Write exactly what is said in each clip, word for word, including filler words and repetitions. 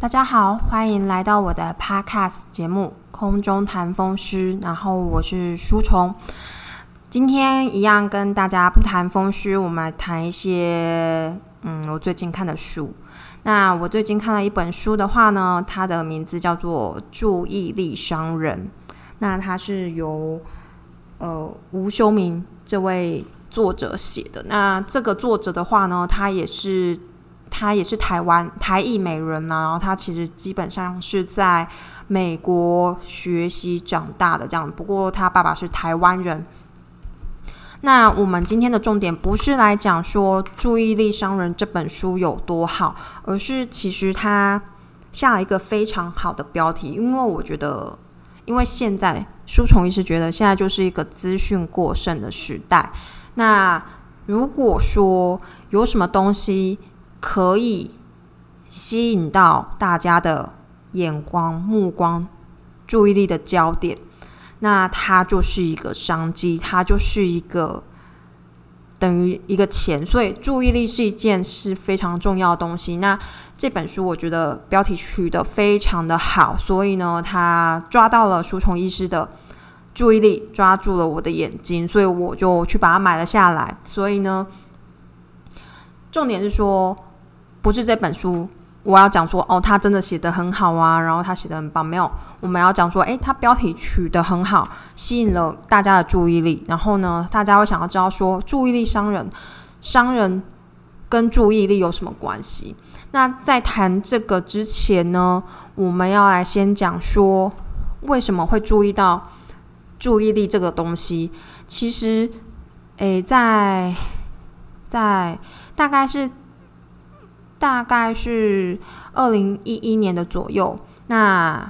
大家好，欢迎来到我的 Podcast 节目空中谈风湿，然后我是书虫。今天一样跟大家不谈风湿，我们来谈一些嗯我最近看的书。那我最近看了一本书的话呢，它的名字叫做《注意力商人》。那它是由呃吴修明这位作者写的。那这个作者的话呢，他也是他也是台湾台裔美人啦、啊，然后他其实基本上是在美国学习长大的这样，不过他爸爸是台湾人。那我们今天的重点不是来讲说《注意力商人》这本书有多好，而是其实他下了一个非常好的标题，因为我觉得，因为现在书虫医师觉得现在就是一个资讯过剩的时代。那如果说有什么东西可以吸引到大家的眼光、目光、注意力的焦点，那它就是一个商机，它就是一个等于一个钱，所以注意力是一件是非常重要的东西。那这本书我觉得标题取得非常的好，所以呢，它抓到了书虫医师的注意力，抓住了我的眼睛，所以我就去把它买了下来。所以呢，重点是说，不是这本书我要讲说哦，他真的写得很好啊，然后他写得很棒，没有，我们要讲说，诶，他标题取得很好，吸引了大家的注意力，然后呢，大家会想要知道说，注意力商人，商人跟注意力有什么关系？那在谈这个之前呢，我们要来先讲说，为什么会注意到注意力这个东西？其实，诶，在在大概是。大概是二零一一年的左右，那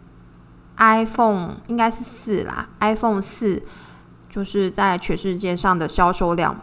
iPhone 应该是四啦 ，iPhone 四就是在全世界上的销售量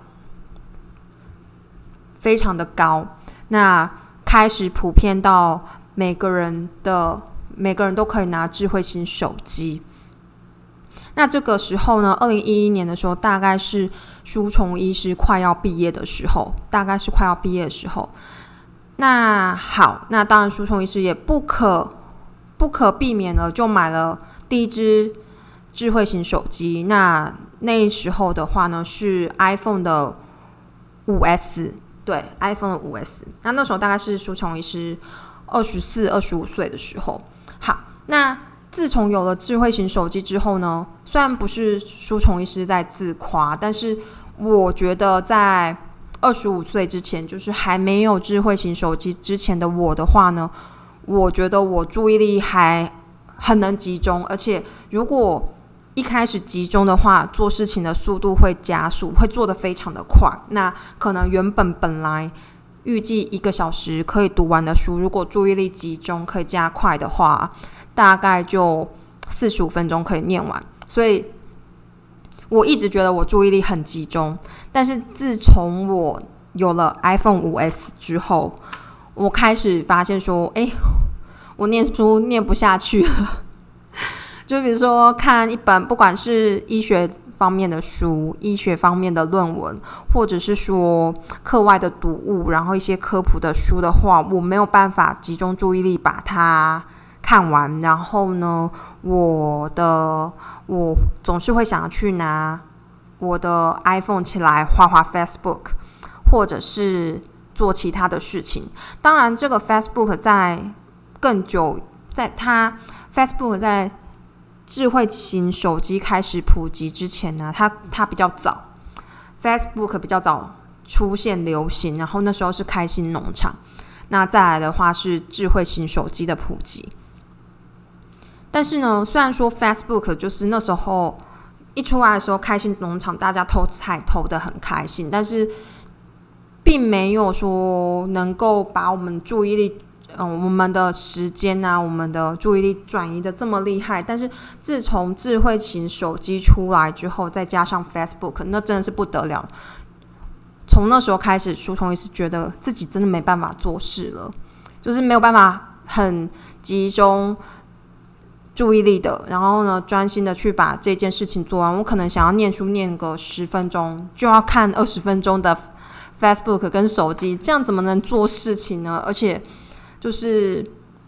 非常的高，那开始普遍到每个人的每个人都可以拿智慧型手机。那这个时候呢，二零一一年的时候，大概是书虫医师快要毕业的时候，大概是快要毕业的时候。那好，那当然书虫医师也不可不可避免了，就买了第一支智慧型手机。那那时候的话呢，是 iPhone 的 五 S， 对 ，iPhone 的 五 S。那那时候大概是书虫医师二十四、二十五岁的时候。好，那自从有了智慧型手机之后呢，虽然不是书虫医师在自夸，但是我觉得在二十五岁之前，就是还没有智慧型手机之前的我的话呢，我觉得我注意力还很能集中，而且如果一开始集中的话，做事情的速度会加速，会做得非常的快。那可能原本本来预计一个小时可以读完的书，如果注意力集中可以加快的话，大概就四十五分钟可以念完。所以我一直觉得我注意力很集中，但是自从我有了 iPhone 五 S 之后，我开始发现说，哎，我念书念不下去了。就比如说看一本不管是医学方面的书、医学方面的论文，或者是说课外的读物，然后一些科普的书的话，我没有办法集中注意力把它看完。然后呢，我的我总是会想去拿我的 iPhone 起来滑滑 Facebook， 或者是做其他的事情。当然，这个 Facebook 在更久，在它 Facebook 在智慧型手机开始普及之前呢，它它比较早 ，Facebook 比较早出现流行，然后那时候是开心农场。那再来的话是智慧型手机的普及。但是呢，虽然说 Facebook 就是那时候一出来的时候，开心农场大家偷菜偷得很开心，但是并没有说能够把我们注意力，嗯，我们的时间啊，我们的注意力转移的这么厉害。但是自从智慧型手机出来之后，再加上 Facebook， 那真的是不得了。从那时候开始，书虫医师觉得自己真的没办法做事了，就是没有办法很集中注意力的，然后呢，专心的去把这件事情做完。我可能想要念书念个十分钟，就要看二十分钟的 Facebook 跟手机，这样怎么能做事情呢？而且就是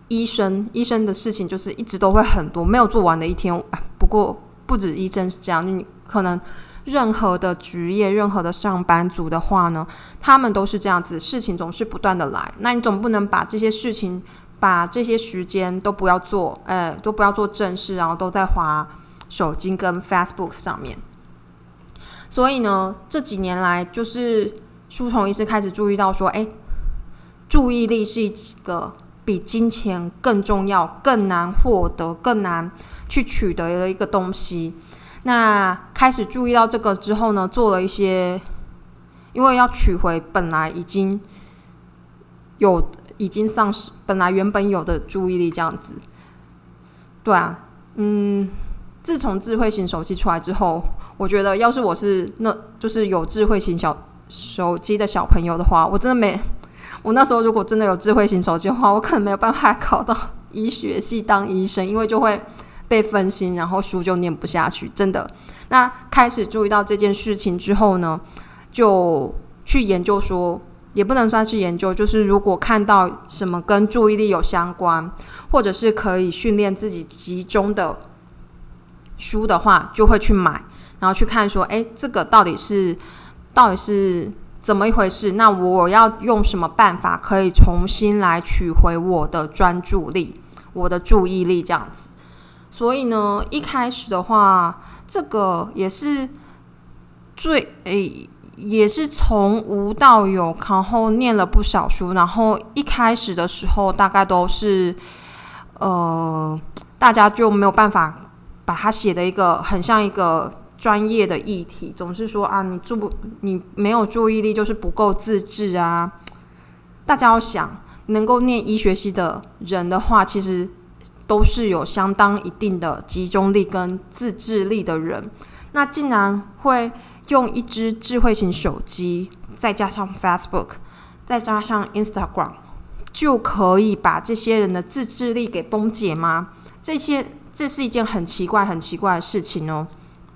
医生医生的事情就是一直都会很多，没有做完的一天。不过不止医生是这样，你可能任何的职业任何的上班族的话呢，他们都是这样子，事情总是不断的来，那你总不能把这些事情把这些时间都不要做，呃，都不要做正事，然后都在滑手机跟 Facebook 上面。所以呢，这几年来就是书虫医师开始注意到说，哎，注意力是一个比金钱更重要、更难获得、更难去取得的一个东西。那开始注意到这个之后呢，做了一些，因为要取回本来已经有、已经丧失、本来原本有的注意力，这样子。对啊，嗯，自从智慧型手机出来之后，我觉得要是我是那就是有智慧型小手机的小朋友的话，我真的没，我那时候如果真的有智慧型手机的话，我可能没有办法考到医学系当医生，因为就会被分心，然后书就念不下去，真的。那开始注意到这件事情之后呢，就去研究说，也不能算是研究，就是如果看到什么跟注意力有相关，或者是可以训练自己集中的书的话，就会去买，然后去看说，哎，这个到底是到底是怎么一回事？那我要用什么办法可以重新来取回我的专注力、我的注意力这样子？所以呢，一开始的话，这个也是最诶，也是从无到有，然后念了不少书。然后一开始的时候，大概都是呃，大家就没有办法把它写的一个很像一个专业的议题，总是说啊，你注你没有注意力就是不够自制啊。大家要想，能够念医学系的人的话，其实都是有相当一定的集中力跟自制力的人。那竟然会用一支智慧型手机，再加上 Facebook， 再加上 Instagram， 就可以把这些人的自制力给崩解吗？这些这是一件很奇怪、很奇怪的事情哦。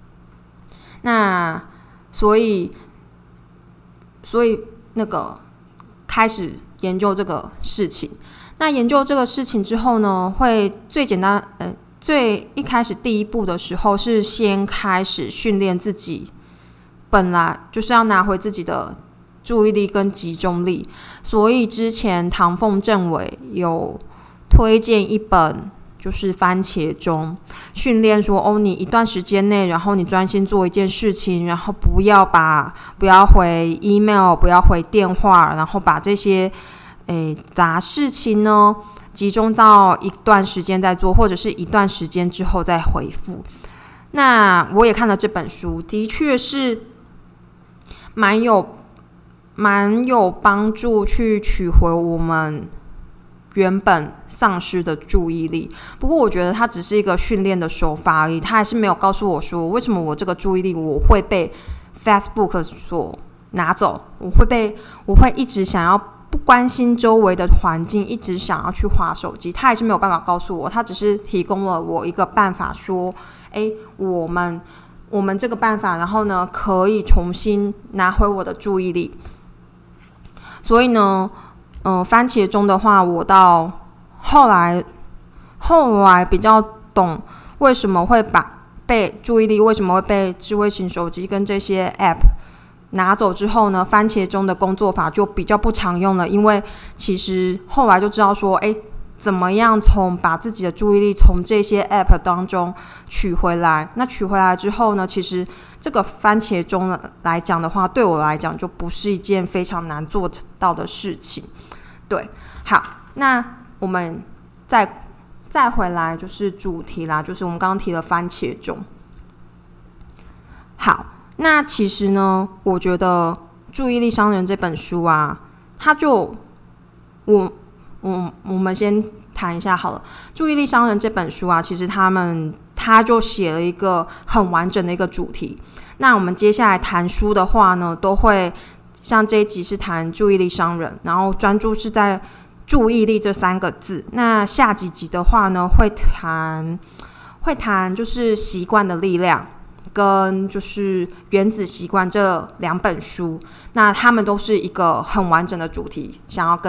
那所以，所以那个开始研究这个事情。那研究这个事情之后呢，会最简单，呃，最一开始第一步的时候是先开始训练自己，本来就是要拿回自己的注意力跟集中力。所以之前唐凤政委有推荐一本，就是番茄钟，训练说哦，你一段时间内，然后你专心做一件事情，然后不要把不要回 email， 不要回电话，然后把这些诶杂事情呢集中到一段时间再做，或者是一段时间之后再回复。那我也看了这本书，的确是蛮有蛮有帮助去取回我们原本丧失的注意力。不过我觉得它只是一个训练的手法而已，它还是没有告诉我说为什么我这个注意力我会被 Facebook 所拿走，我会被我会一直想要不关心周围的环境，一直想要去滑手机。它还是没有办法告诉我，它只是提供了我一个办法，说诶我们我们这个办法，然后呢可以重新拿回我的注意力。所以呢嗯、呃，番茄钟的话，我到后来后来比较懂为什么会把被注意力为什么会被智慧型手机跟这些 App 拿走之后呢，番茄钟的工作法就比较不常用了。因为其实后来就知道说，哎，怎么样从把自己的注意力从这些 App 当中取回来。那取回来之后呢，其实这个番茄钟来讲的话，对我来讲就不是一件非常难做到的事情。对，好，那我们再再回来就是主题啦，就是我们刚刚提了番茄钟。好，那其实呢，我觉得《注意力商人》这本书啊，它就我我我们先谈一下好了。《注意力商人》这本书啊，其实他们他就写了一个很完整的一个主题。那我们接下来谈书的话呢，都会像这一集是谈注意力商人，然后专注是在注意力这三个字。那下几集的话呢，会谈会谈就是习惯的力量跟就是原子习惯这两本书。那他们都是一个很完整的主题，想要跟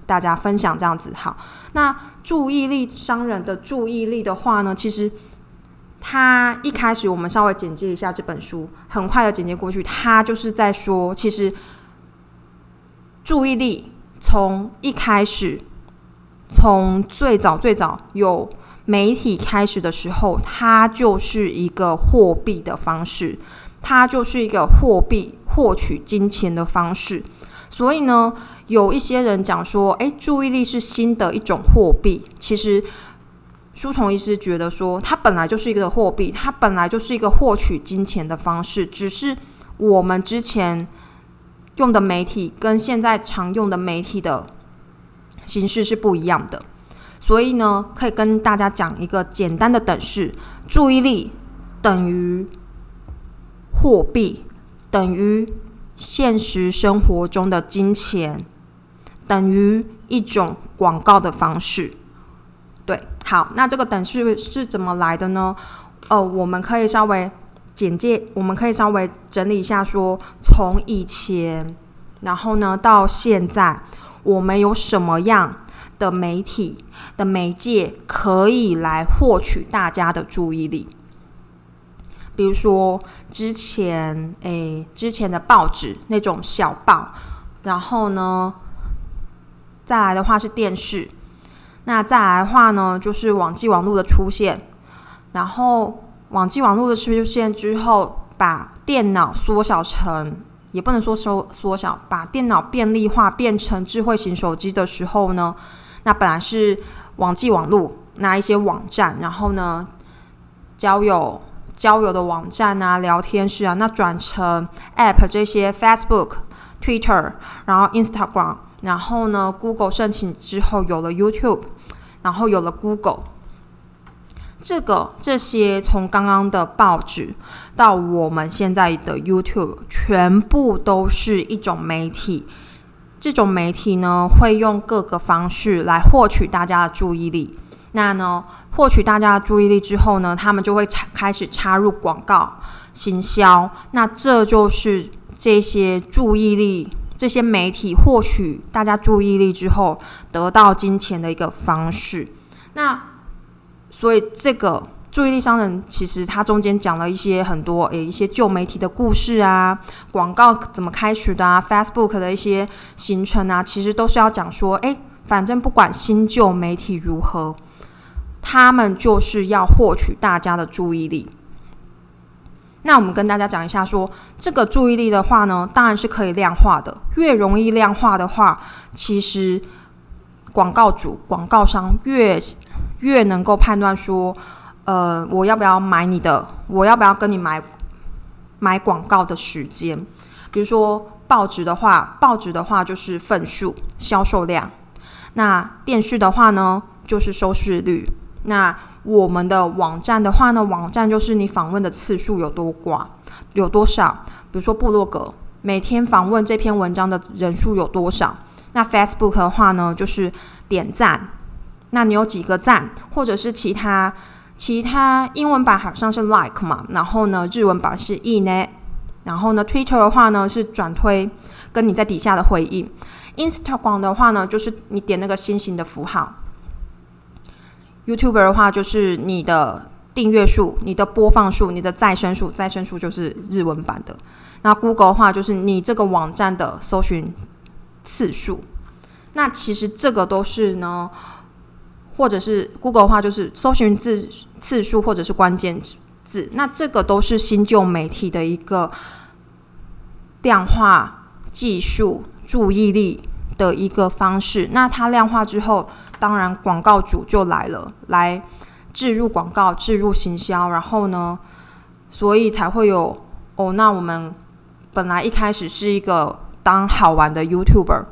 大家分享这样子。好，那注意力商人的注意力的话呢，其实他一开始我们稍微简介一下这本书，很快的简介过去，他就是在说，其实注意力从一开始，从最早最早有媒体开始的时候，它就是一个货币的方式，它就是一个货币获取金钱的方式。所以呢，有一些人讲说，诶，注意力是新的一种货币。其实书虫医师觉得说，它本来就是一个货币，它本来就是一个获取金钱的方式，只是我们之前用的媒体跟现在常用的媒体的形式是不一样的。所以呢，可以跟大家讲一个简单的等式：注意力等于货币，等于现实生活中的金钱，等于一种广告的方式。对，好，那这个等式是怎么来的呢？呃，我们可以稍微简介，我们可以稍微整理一下说，从以前，然后呢到现在，我们有什么样的媒体的媒介可以来获取大家的注意力？比如说之前诶，之前的报纸那种小报，然后呢，再来的话是电视，那再来的话呢，就是网际网络的出现，然后网际网络的出现之后，把电脑缩小成，也不能说缩缩小，把电脑便利化变成智慧型手机的时候呢，那本来是网际网络，那一些网站，然后呢，交友。交友的网站啊，聊天室啊，那转成 App 这些 Facebook、Twitter， 然后 Instagram， 然后呢 Google 申请之后有了 YouTube， 然后有了 Google。这个这些从刚刚的报纸到我们现在的 YouTube， 全部都是一种媒体。这种媒体呢，会用各个方式来获取大家的注意力。那呢，获取大家的注意力之后呢，他们就会开始插入广告、行销。那这就是这些注意力、这些媒体获取大家注意力之后得到金钱的一个方式。那所以这个注意力商人其实他中间讲了一些很多诶一些旧媒体的故事啊，广告怎么开始的啊 ，Facebook 的一些形成啊，其实都是要讲说，诶，反正不管新旧媒体如何。他们就是要获取大家的注意力。那我们跟大家讲一下说，这个注意力的话呢，当然是可以量化的。越容易量化的话，其实广告主、广告商越越能够判断说，呃，我要不要买你的，我要不要跟你买买广告的时间。比如说报纸的话，报纸的话就是份数、销售量；那电视的话呢，就是收视率。那我们的网站的话呢，网站就是你访问的次数有多寡，有多少。比如说部落格，每天访问这篇文章的人数有多少。那 Facebook 的话呢，就是点赞，那你有几个赞，或者是其他其他英文版好像是 like 嘛，然后呢日文版是いいね，然后呢 Twitter 的话呢是转推跟你在底下的回应。Instagram 的话呢，就是你点那个星星的符号。YouTuber 的话就是你的订阅数、你的播放数、你的再生数，再生数就是日文版的。那 Google 的话就是你这个网站的搜寻次数。那其实这个都是呢，或者是 Google 的话就是搜寻字次数或者是关键字。那这个都是新旧媒体的一个量化技术、注意力的一个方式。那它量化之后，当然广告主就来了，来置入广告、置入行销，然后呢，所以才会有哦。那我们本来一开始是一个当好玩的 YouTuber，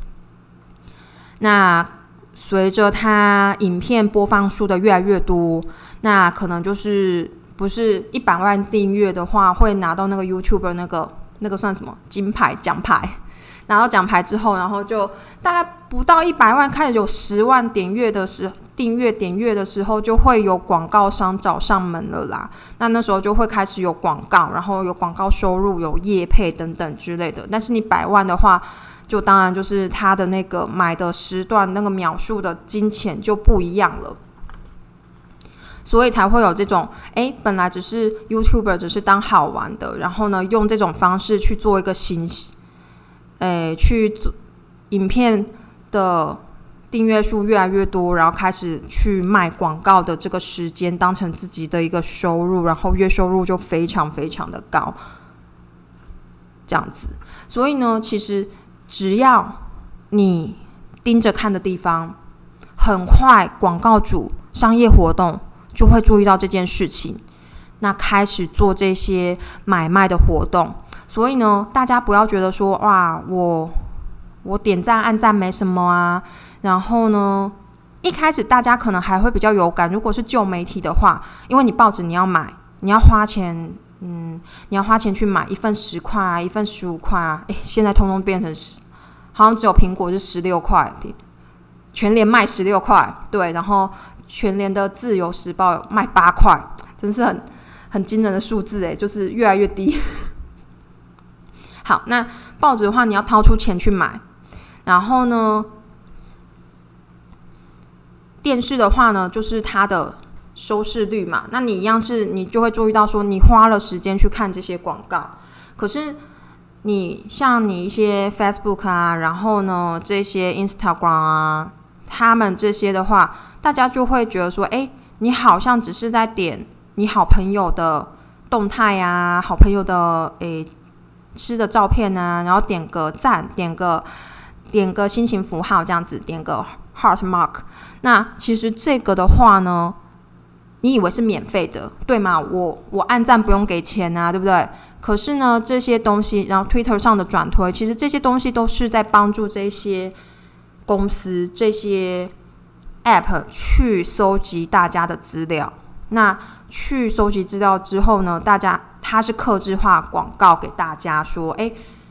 那随着它影片播放数的越来越多，那可能就是不是一百万订阅的话，会拿到那个 YouTuber 那个那个算什么金牌奖牌。拿到奖牌之后，然后就大概不到一百万，开始有十万点阅的时订阅点阅的时候，就会有广告商找上门了啦。那那时候就会开始有广告，然后有广告收入，有业配等等之类的。但是你百万的话， 就当然就是他的那个买的时段那个秒数的金钱就不一样了。所以才会有这种，哎，本来只是 YouTuber 只是当好玩的，然后呢，用这种方式去做一个形，哎，去做影片的订阅数越来越多，然后开始去卖广告的这个时间当成自己的一个收入，然后月收入就非常非常的高，这样子。所以呢，其实只要你盯着看的地方，很快广告主商业活动就会注意到这件事情，那开始做这些买卖的活动。所以呢，大家不要觉得说，哇，我我点赞按赞没什么啊。然后呢，一开始大家可能还会比较有感，如果是旧媒体的话，因为你报纸你要买，你要花钱，嗯，你要花钱去买一份十块啊，一份十五块啊，诶，现在通通变成十，好像只有苹果是十六块，全联卖十六块，对，然后全联的自由时报卖八块，真是很很惊人的数字诶，就是越来越低。好，那报纸的话，你要掏出钱去买，然后呢，电视的话呢，就是它的收视率嘛，那你一样是，你就会注意到说，你花了时间去看这些广告，可是你像你一些 Facebook 啊，然后呢这些 Instagram 啊，他们这些的话，大家就会觉得说，哎，你好像只是在点你好朋友的动态啊，好朋友的诶吃的照片啊，然后点个赞，点个点个心情符号这样子，点个 heart mark。那其实这个的话呢，你以为是免费的，对吗？我我按赞不用给钱啊，对不对？可是呢，这些东西，然后 Twitter 上的转推，其实这些东西都是在帮助这些公司、这些 App 去收集大家的资料。那去收集资料之后呢，大家它是客制化广告给大家说，哎，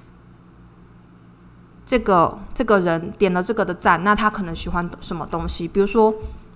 这个这个人点了这个的赞，那他可能喜欢什么东西？比如说，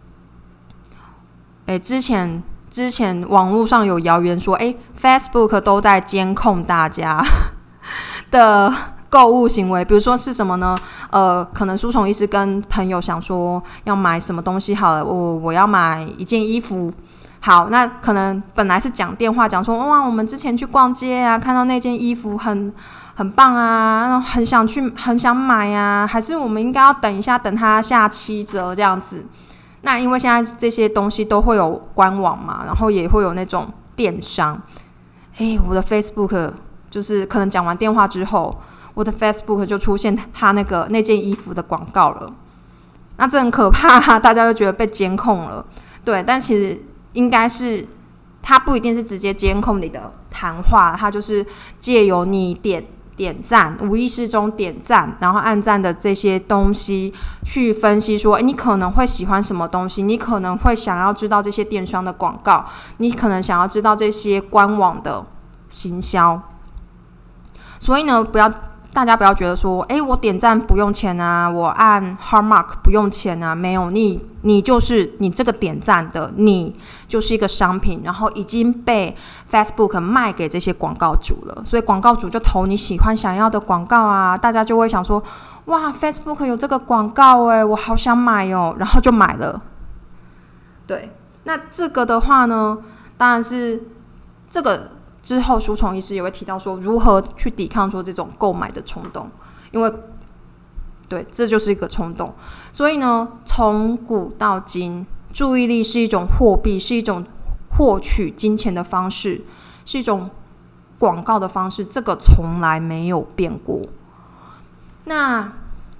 哎，之前之前网络上有谣言说，哎 ，Facebook 都在监控大家的购物行为，比如说是什么呢？呃，可能书虫医师跟朋友想说要买什么东西好了，我我要买一件衣服。好，那可能本来是讲电话，讲说哇，我们之前去逛街啊，看到那件衣服很很棒啊，很想去，很想买啊，还是我们应该要等一下，等它下七折这样子。那因为现在这些东西都会有官网嘛，然后也会有那种电商。哎，我的 Facebook 就是可能讲完电话之后，我的 Facebook 就出现他那个那件衣服的广告了。那这很可怕啊，大家就觉得被监控了。对，但其实应该是它不一定是直接监控你的谈话，它就是借由你点点赞，无意识中点赞，然后按赞的这些东西去分析说，你可能会喜欢什么东西，你可能会想要知道这些电商的广告，你可能想要知道这些官网的行销。所以呢，不要大家不要觉得说，哎，我点赞不用钱啊，我按 heart mark 不用钱啊，没有，你你就是你这个点赞的，你就是一个商品，然后已经被 Facebook 卖给这些广告主了，所以广告主就投你喜欢想要的广告啊，大家就会想说，哇 ，Facebook 有这个广告哎，我好想买哦，然后就买了。对，那这个的话呢，当然是这个。之后，书虫医师也会提到说，如何去抵抗说这种购买的冲动，因为对，这就是一个冲动。所以呢，从古到今，注意力是一种货币，是一种获取金钱的方式，是一种广告的方式，这个从来没有变过。那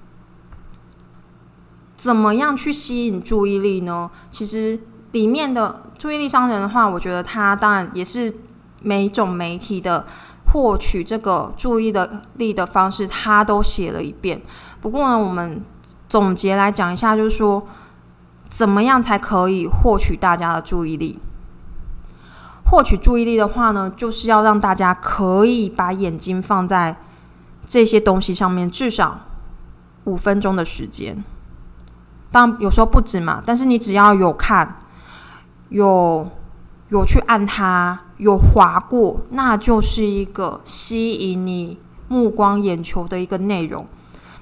怎么样去吸引注意力呢？其实里面的注意力商人的话，我觉得他当然也是。每种媒体的获取这个注意力的方式，他都写了一遍。不过呢，我们总结来讲一下，就是说，怎么样才可以获取大家的注意力？获取注意力的话呢，就是要让大家可以把眼睛放在这些东西上面，至少五分钟的时间。当然有时候不止嘛，但是你只要有看，有有去按它。有滑过，那就是一个吸引你目光眼球的一个内容。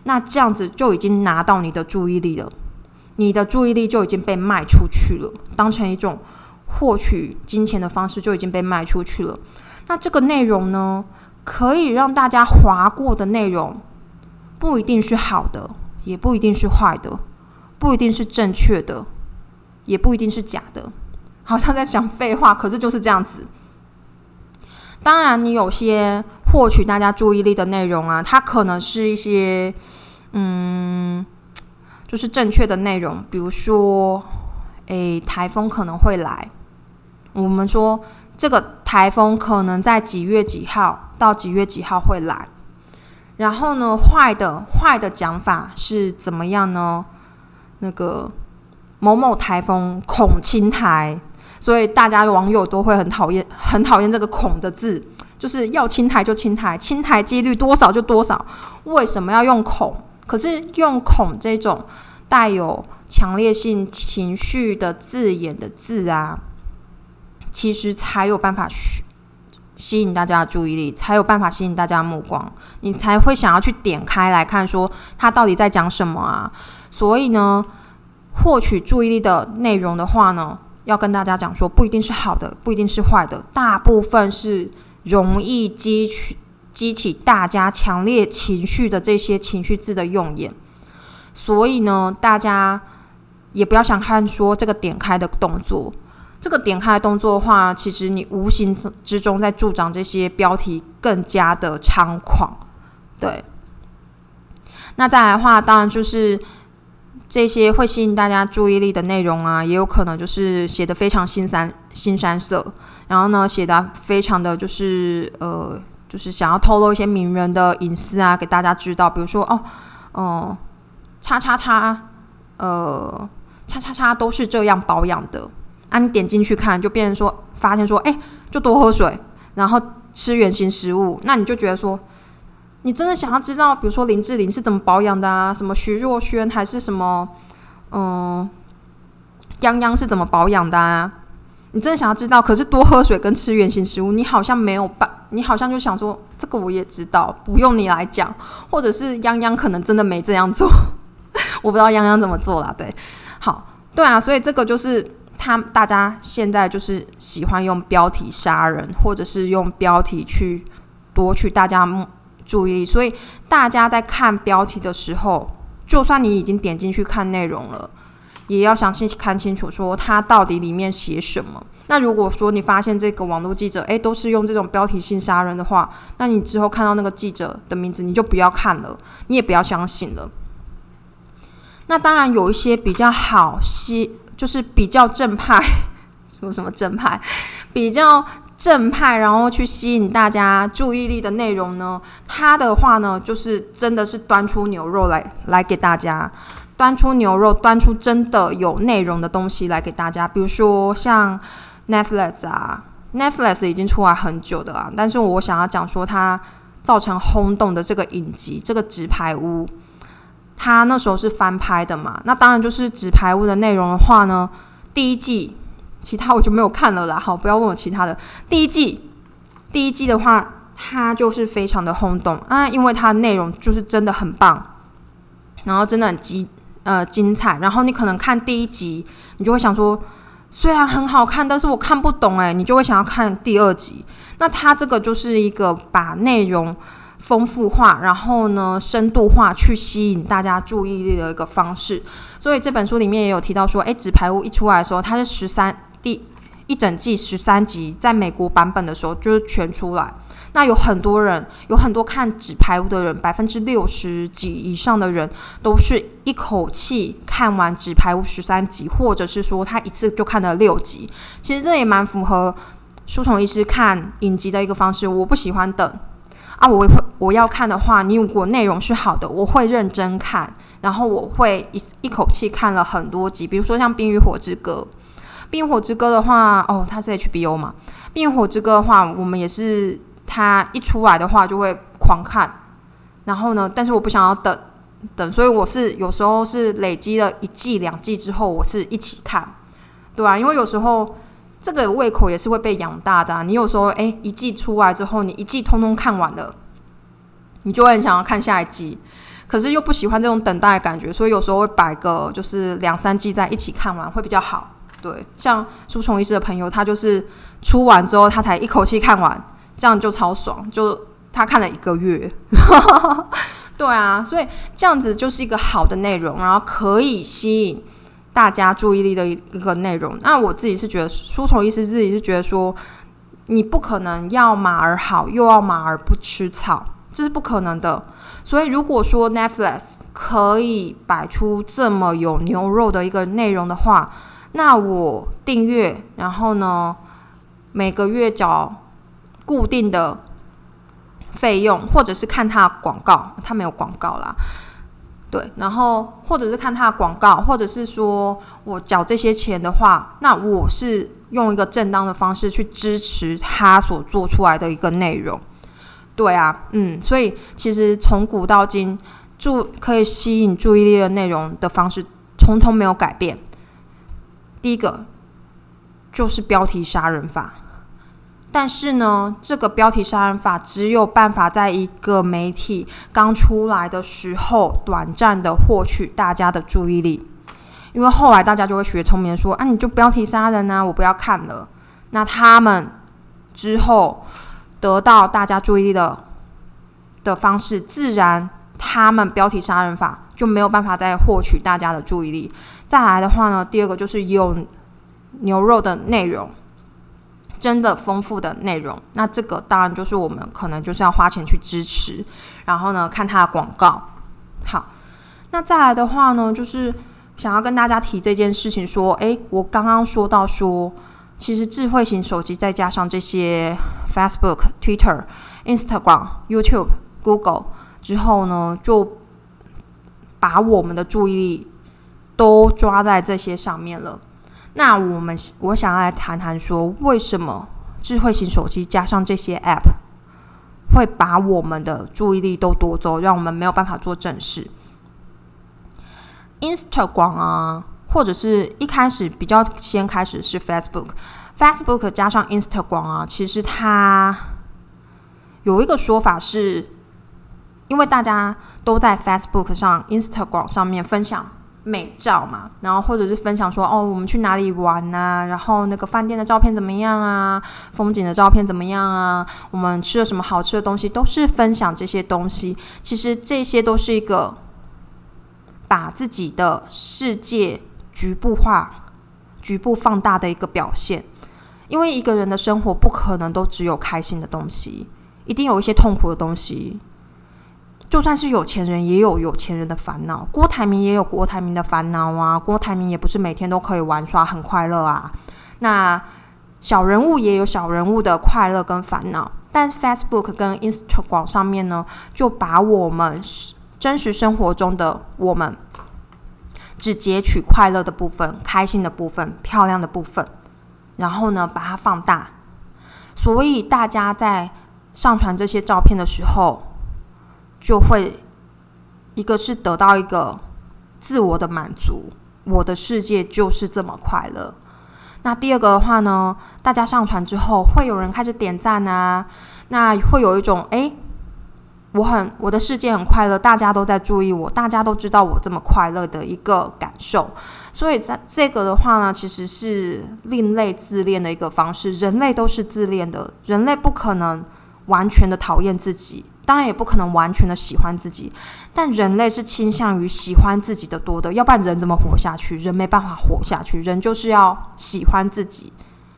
那这样子就已经拿到你的注意力了，你的注意力就已经被卖出去了，当成一种获取金钱的方式就已经被卖出去了。那这个内容呢，可以让大家滑过的内容，不一定是好的，也不一定是坏的，不一定是正确的，也不一定是假的。好像在讲废话，可是就是这样子。当然，你有些获取大家注意力的内容啊，它可能是一些嗯，就是正确的内容，比如说，诶，台风可能会来，我们说这个台风可能在几月几号到几月几号会来。然后呢，坏的坏的讲法是怎么样呢？那个某某台风恐侵台。所以大家网友都会很讨厌，很讨厌这个“恐”的字，就是要侵台就侵台，侵台几率多少就多少。为什么要用“恐”？可是用“恐”这种带有强烈性情绪的字眼的字啊，其实才有办法吸引大家的注意力，才有办法吸引大家的目光，你才会想要去点开来看，说他到底在讲什么啊？所以呢，获取注意力的内容的话呢，要跟大家讲说，不一定是好的，不一定是坏的，大部分是容易激起激起大家强烈情绪的这些情绪字的用眼。所以呢，大家也不要想看说这个点开的动作，这个点开的动作的话，其实你无形之中在助长这些标题更加的猖狂。对，那再来的话，当然就是这些会吸引大家注意力的内容啊，也有可能就是写得非常新三新三色，然后呢，写得非常的就是呃，就是想要透露一些名人的隐私啊，给大家知道，比如说哦，哦，叉叉叉，呃，叉叉叉都是这样保养的啊，你点进去看，就变成说，发现说，哎，就多喝水，然后吃原型食物，那你就觉得说，你真的想要知道，比如说林志玲是怎么保养的啊？什么徐若瑄还是什么，嗯，泱泱是怎么保养的啊？你真的想要知道，可是多喝水跟吃原型食物，你好像没有办，你好像就想说，这个我也知道，不用你来讲，或者是泱泱可能真的没这样做，我不知道泱泱怎么做啦。对，好，对啊，所以这个就是他大家现在就是喜欢用标题杀人，或者是用标题去夺取大家注意力，所以大家在看标题的时候，就算你已经点进去看内容了，也要详细看清楚说他到底里面写什么。那如果说你发现这个网络记者诶都是用这种标题性杀人的话，那你之后看到那个记者的名字你就不要看了，你也不要相信了。那当然有一些比较好吸，就是比较正派，说什么正派，比较正派，然后去吸引大家注意力的内容呢，它的话呢，就是真的是端出牛肉来来给大家，端出牛肉，端出真的有内容的东西来给大家。比如说像 Netflix 啊 ，Netflix 已经出来很久的啦，但是我想要讲说它造成轰动的这个影集，这个《纸牌屋》，它那时候是翻拍的嘛，那当然就是《纸牌屋》的内容的话呢，第一季。其他我就没有看了啦，好，不要问我其他的。第一季，第一季的话，它就是非常的轰动啊，因为它的内容就是真的很棒，然后真的很精呃精彩。然后你可能看第一集，你就会想说，虽然很好看，但是我看不懂哎，你就会想要看第二集。那它这个就是一个把内容丰富化，然后呢深度化，去吸引大家注意力的一个方式。所以这本书里面也有提到说，哎，纸牌屋一出来的时候，它是十三。第一整季十三集，在美国版本的时候就是全出来。那有很多人，有很多看纸牌屋的人，百分之六十几以上的人都是一口气看完纸牌屋十三集，或者是说他一次就看了六集。其实这也蛮符合书虫医师看影集的一个方式。我不喜欢等啊，我会我要看的话，你如果内容是好的，我会认真看，然后我会 一, 一口气看了很多集。比如说像《冰与火之歌》。《冰与火之歌》的话，哦，它是 H B O 嘛，《冰与火之歌》的话，我们也是，它一出来的话就会狂看，然后呢，但是我不想要等等，所以我是有时候是累积了一季两季之后，我是一起看，对啊，因为有时候这个胃口也是会被养大的啊，你有时候哎一季出来之后，你一季通通看完了，你就会很想要看下一季。 可是又不喜欢这种等待的感觉，所以有时候会摆个就是两三季在一起看完会比较好。对，像书虫医师的朋友，他就是出完之后他才一口气看完，这样就超爽，就他看了一个月。对啊，所以这样子就是一个好的内容，然后可以吸引大家注意力的一个内容。那我自己是觉得，书虫医师自己是觉得说，你不可能要马儿好，又要马儿不吃草，这是不可能的。所以如果说 Netflix 可以摆出这么有牛肉的一个内容的话，那我订阅，然后呢，每个月缴固定的费用，或者是看它的广告，它没有广告啦。对，然后或者是看他的广告，或者是说我缴这些钱的话，那我是用一个正当的方式去支持他所做出来的一个内容。对啊，嗯，所以其实从古到今，注可以吸引注意力的内容的方式，通通没有改变。第一个就是标题杀人法。但是呢，这个标题杀人法只有办法在一个媒体刚出来的时候短暂的获取大家的注意力，因为后来大家就会学聪明的说啊，你就标题杀人啊，我不要看了。那他们之后得到大家注意力的的方式，自然他们标题杀人法就没有办法再获取大家的注意力。再来的话呢，第二个就是有牛肉的内容，真的丰富的内容，那这个当然就是我们可能就是要花钱去支持，然后呢看它的广告。好，那再来的话呢，就是想要跟大家提这件事情，说，诶，我刚刚说到说，其实智慧型手机再加上这些 Facebook、Twitter、Instagram、YouTube、Google 之后呢，就把我们的注意力都抓在这些上面了。那我们我想要来谈谈说，为什么智慧型手机加上这些 App 会把我们的注意力都夺走，让我们没有办法做正事。Instagram 啊，或者是一开始比较先开始是 Facebook， Facebook 加上 Instagram 啊，其实它有一个说法是，因为大家都在 Facebook 上 Instagram 上面分享美照嘛，然后或者是分享说，哦，我们去哪里玩啊，然后那个饭店的照片怎么样啊，风景的照片怎么样啊，我们吃了什么好吃的东西，都是分享这些东西。其实这些都是一个把自己的世界局部化、局部放大的一个表现。因为一个人的生活不可能都只有开心的东西，一定有一些痛苦的东西。就算是有钱人也有有钱人的烦恼，郭台铭也有郭台铭的烦恼啊，郭台铭也不是每天都可以玩耍很快乐啊。那小人物也有小人物的快乐跟烦恼，但 Facebook 跟 Instagram 上面呢，就把我们真实生活中的我们只截取快乐的部分、开心的部分、漂亮的部分，然后呢把它放大。所以大家在上传这些照片的时候，就会一个是得到一个自我的满足，我的世界就是这么快乐。那第二个的话呢，大家上传之后会有人开始点赞啊，那会有一种诶，我很我的世界很快乐，大家都在注意我，大家都知道我这么快乐的一个感受。所以在这个的话呢，其实是另类自恋的一个方式。人类都是自恋的，人类不可能完全的讨厌自己，当然也不可能完全的喜欢自己，但人类是倾向于喜欢自己的多的，要不然人怎么活下去？人没办法活下去，人就是要喜欢自己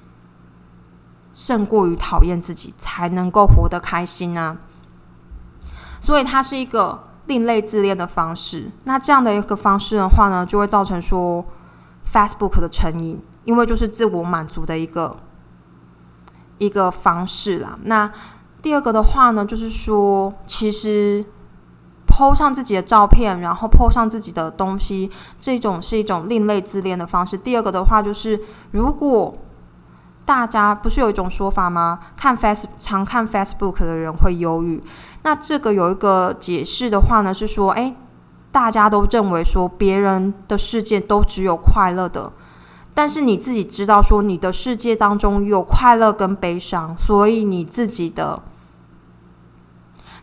胜过于讨厌自己，才能够活得开心啊。所以它是一个另类自恋的方式。那这样的一个方式的话呢，就会造成说 Facebook 的成瘾，因为就是自我满足的一个一个方式啦。那第二个的话呢，就是说其实 po 上自己的照片，然后 po 上自己的东西，这种是一种另类自恋的方式。第二个的话就是，如果大家不是有一种说法吗？看 face 常看 Facebook 的人会忧郁。那这个有一个解释的话呢，是说，哎，大家都认为说别人的世界都只有快乐的，但是你自己知道说你的世界当中有快乐跟悲伤，所以你自己的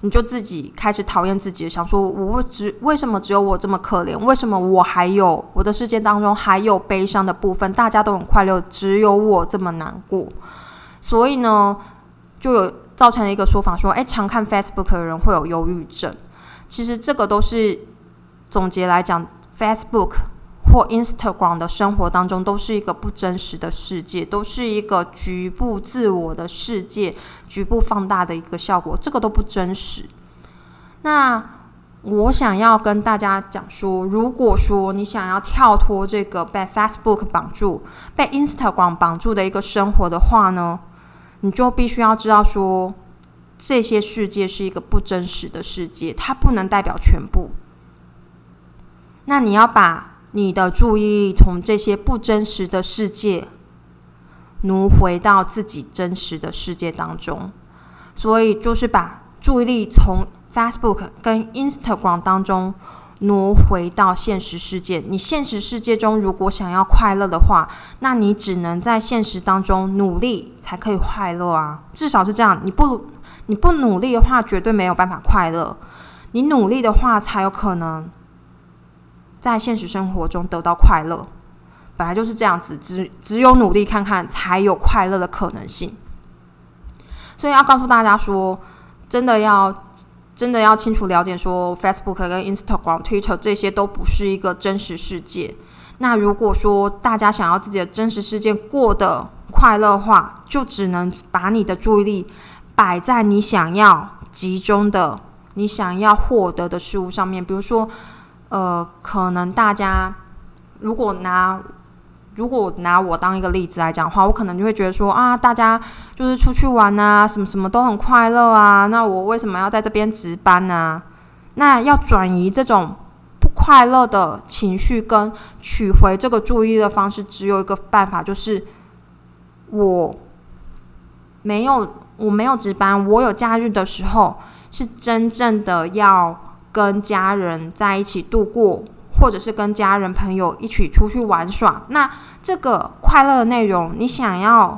你就自己开始讨厌自己，想说我只为什么只有我这么可怜？为什么我还有我的世界当中还有悲伤的部分？大家都很快乐，只有我这么难过。所以呢，就有造成了一个说法说，哎，常看 Facebook 的人会有忧郁症。其实这个都是总结来讲 ，Facebook 或 Instagram 的生活当中都是一个不真实的世界，都是一个局部自我的世界，局部放大的一个效果，这个都不真实。那我想要跟大家讲说，如果说你想要跳脱这个被 Facebook 绑住、被 Instagram 绑住的一个生活的话呢，你就必须要知道说，这些世界是一个不真实的世界，它不能代表全部。那你要把你的注意力从这些不真实的世界挪回到自己真实的世界当中，所以就是把注意力从 Facebook 跟 Instagram 当中挪回到现实世界。你现实世界中如果想要快乐的话，那你只能在现实当中努力才可以快乐啊，至少是这样。你不你不努力的话，绝对没有办法快乐。你努力的话，才有可能在现实生活中得到快乐，本来就是这样子，只只有努力看看，才有快乐的可能性。所以要告诉大家说，真的要真的要清楚了解说 ，Facebook 跟 Instagram、Twitter 这些都不是一个真实世界。那如果说大家想要自己的真实世界过得快乐的话，就只能把你的注意力摆在你想要集中的、你想要获得的事物上面，比如说。呃，可能大家如果拿如果拿我当一个例子来讲的话，我可能就会觉得说啊，大家就是出去玩啊，什么什么都很快乐啊，那我为什么要在这边值班啊？那要转移这种不快乐的情绪跟取回这个注意力的方式，只有一个办法，就是我没有我没有值班，我有假日的时候，是真正的要跟家人在一起度过，或者是跟家人朋友一起出去玩耍。那这个快乐的内容，你想要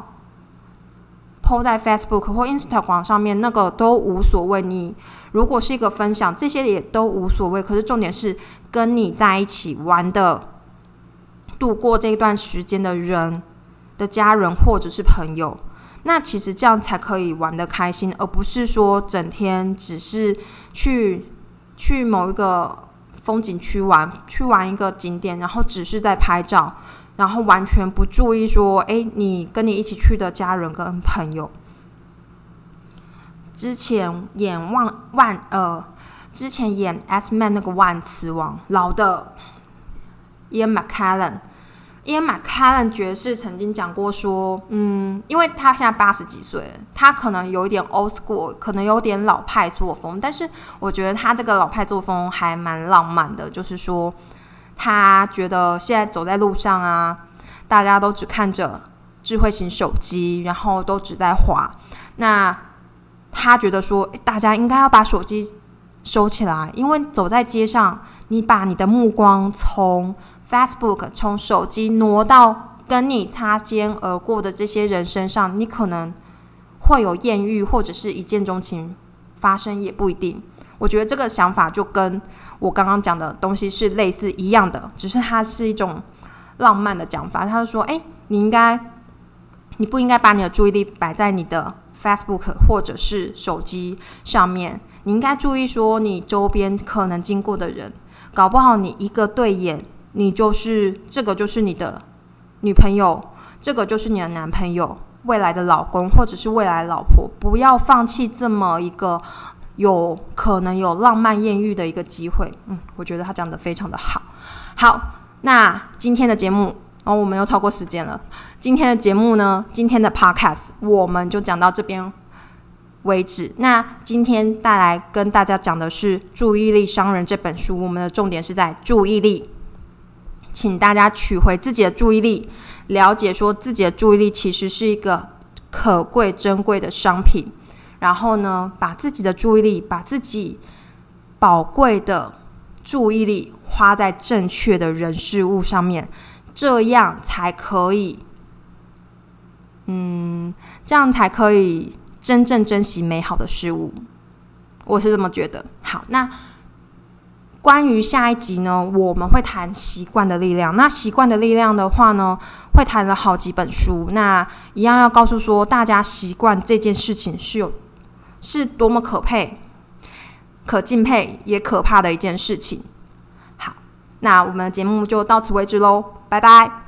po 在 Facebook 或 Instagram 上面，那个都无所谓。你如果是一个分享，这些也都无所谓。可是重点是跟你在一起玩的、度过这一段时间的人的家人或者是朋友。那其实这样才可以玩得开心，而不是说整天只是去去某一个风景区玩，去玩一个景点，然后只是在拍照，然后完全不注意说，哎，你跟你一起去的家人跟朋友。之前演万万呃，之前演 X-Men 那个万磁王，老的 Ian McKellen。Ian McKellen 爵士曾经讲过说，嗯，因为他现在八十几岁了，他可能有一点 old school， 可能有点老派作风，但是我觉得他这个老派作风还蛮浪漫的，就是说他觉得现在走在路上啊，大家都只看着智慧型手机，然后都只在滑，那他觉得说大家应该要把手机收起来，因为走在街上，你把你的目光从Facebook 从手机挪到跟你擦肩而过的这些人身上，你可能会有艳遇或者是一见钟情发生，也不一定。我觉得这个想法就跟我刚刚讲的东西是类似一样的，只是它是一种浪漫的讲法。他就说，哎，你应该你不应该把你的注意力摆在你的 Facebook 或者是手机上面，你应该注意说你周边可能经过的人，搞不好你一个对眼，你就是这个就是你的女朋友，这个就是你的男朋友，未来的老公或者是未来的老婆。不要放弃这么一个有可能有浪漫艳遇的一个机会。嗯，我觉得他讲得非常的好。好，那今天的节目哦，我们又超过时间了。今天的节目呢，今天的 podcast 我们就讲到这边为止。那今天带来跟大家讲的是《注意力商人》这本书，我们的重点是在注意力。请大家取回自己的注意力，了解说自己的注意力其实是一个可贵珍贵的商品，然后呢，把自己的注意力，把自己宝贵的注意力花在正确的人事物上面，这样才可以，嗯，这样才可以真正珍惜美好的事物。 我是这么觉得。好，那关于下一集呢，我们会谈习惯的力量。那习惯的力量的话呢，会谈了好几本书。那一样要告诉说，大家习惯这件事情是有是多么可佩、可敬佩也可怕的一件事情。好，那我们的节目就到此为止喽，拜拜。